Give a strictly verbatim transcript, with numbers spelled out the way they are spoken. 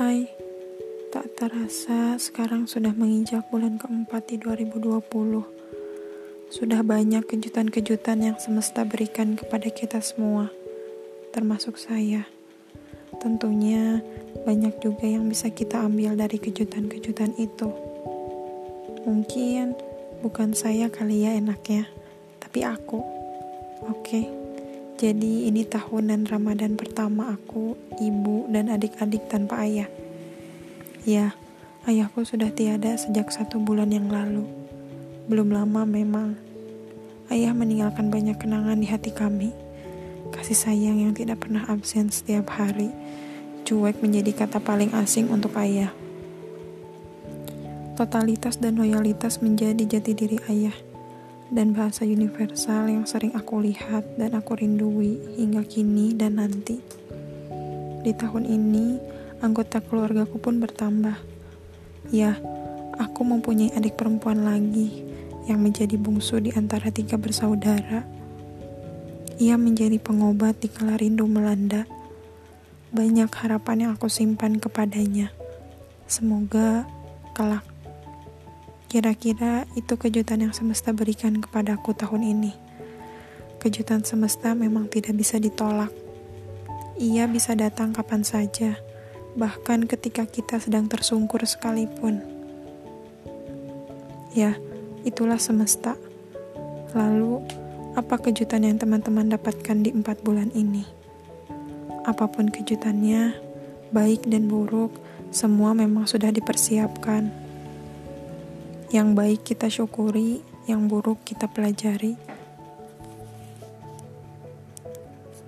Hai, tak terasa sekarang sudah menginjak bulan keempat di dua ribu dua puluh. Sudah banyak kejutan-kejutan yang semesta berikan kepada kita semua, termasuk saya. Tentunya banyak juga yang bisa kita ambil dari kejutan-kejutan itu. Mungkin bukan saya kali ya enaknya, tapi aku. Oke, jadi ini tahunan Ramadan pertama aku, ibu, dan adik-adik tanpa ayah. Ya, ayahku sudah tiada sejak satu bulan yang lalu. Belum lama memang. Ayah meninggalkan banyak kenangan di hati kami. Kasih sayang yang tidak pernah absen setiap hari. Cuek menjadi kata paling asing untuk ayah. Totalitas dan loyalitas menjadi jati diri ayah. Dan bahasa universal yang sering aku lihat dan aku rindui hingga kini dan nanti. Di tahun ini, anggota keluargaku pun bertambah. Ya, aku mempunyai adik perempuan lagi yang menjadi bungsu di antara tiga bersaudara. Ia menjadi pengobat di kala rindu melanda. Banyak harapan yang aku simpan kepadanya. Semoga kelak. Kira-kira itu kejutan yang semesta berikan kepadaku tahun ini. Kejutan semesta memang tidak bisa ditolak. Ia bisa datang kapan saja, bahkan ketika kita sedang tersungkur sekalipun. Ya, itulah semesta. Lalu, apa kejutan yang teman-teman dapatkan di empat bulan ini? Apapun kejutannya, baik dan buruk, semua memang sudah dipersiapkan. Yang baik kita syukuri, yang buruk kita pelajari.